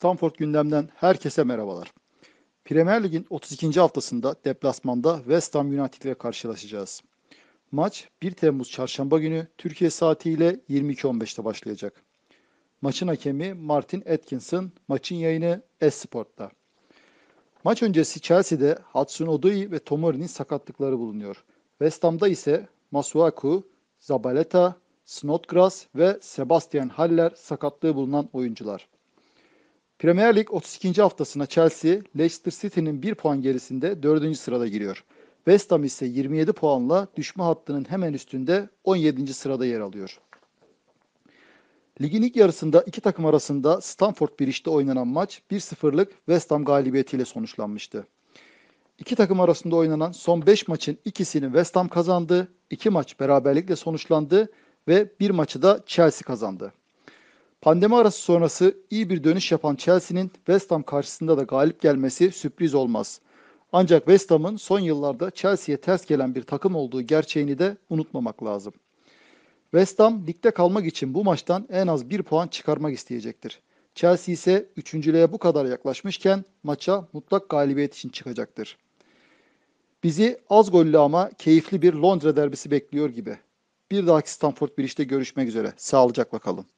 Stamford gündemden herkese merhabalar. Premier Lig'in 32. haftasında deplasmanda West Ham United ile karşılaşacağız. Maç 1 Temmuz Çarşamba günü Türkiye saatiyle 22.15'te başlayacak. Maçın hakemi Martin Atkinson, maçın yayını Esport'ta. Maç öncesi Chelsea'de Hudson-Odoi ve Tomori'nin sakatlıkları bulunuyor. West Ham'da ise Masuaku, Zabaleta, Snodgrass ve Sebastian Haller sakatlığı bulunan oyuncular. Premier Lig 32. haftasına Chelsea, Leicester City'nin 1 puan gerisinde 4. sırada giriyor. West Ham ise 27 puanla düşme hattının hemen üstünde 17. sırada yer alıyor. Ligin ilk yarısında iki takım arasında Stamford Bridge'de oynanan maç 1-0'lık West Ham galibiyetiyle sonuçlanmıştı. İki takım arasında oynanan son 5 maçın ikisini West Ham kazandı, 2 maç beraberlikle sonuçlandı ve bir maçı da Chelsea kazandı. Pandemi arası sonrası iyi bir dönüş yapan Chelsea'nin West Ham karşısında da galip gelmesi sürpriz olmaz. Ancak West Ham'ın son yıllarda Chelsea'ye ters gelen bir takım olduğu gerçeğini de unutmamak lazım. West Ham ligde kalmak için bu maçtan en az 1 puan çıkarmak isteyecektir. Chelsea ise üçüncülüğe bu kadar yaklaşmışken maça mutlak galibiyet için çıkacaktır. Bizi az gollü ama keyifli bir Londra derbisi bekliyor gibi. Bir dahaki Stamford Bridge'de görüşmek üzere. Sağlıcakla kalın.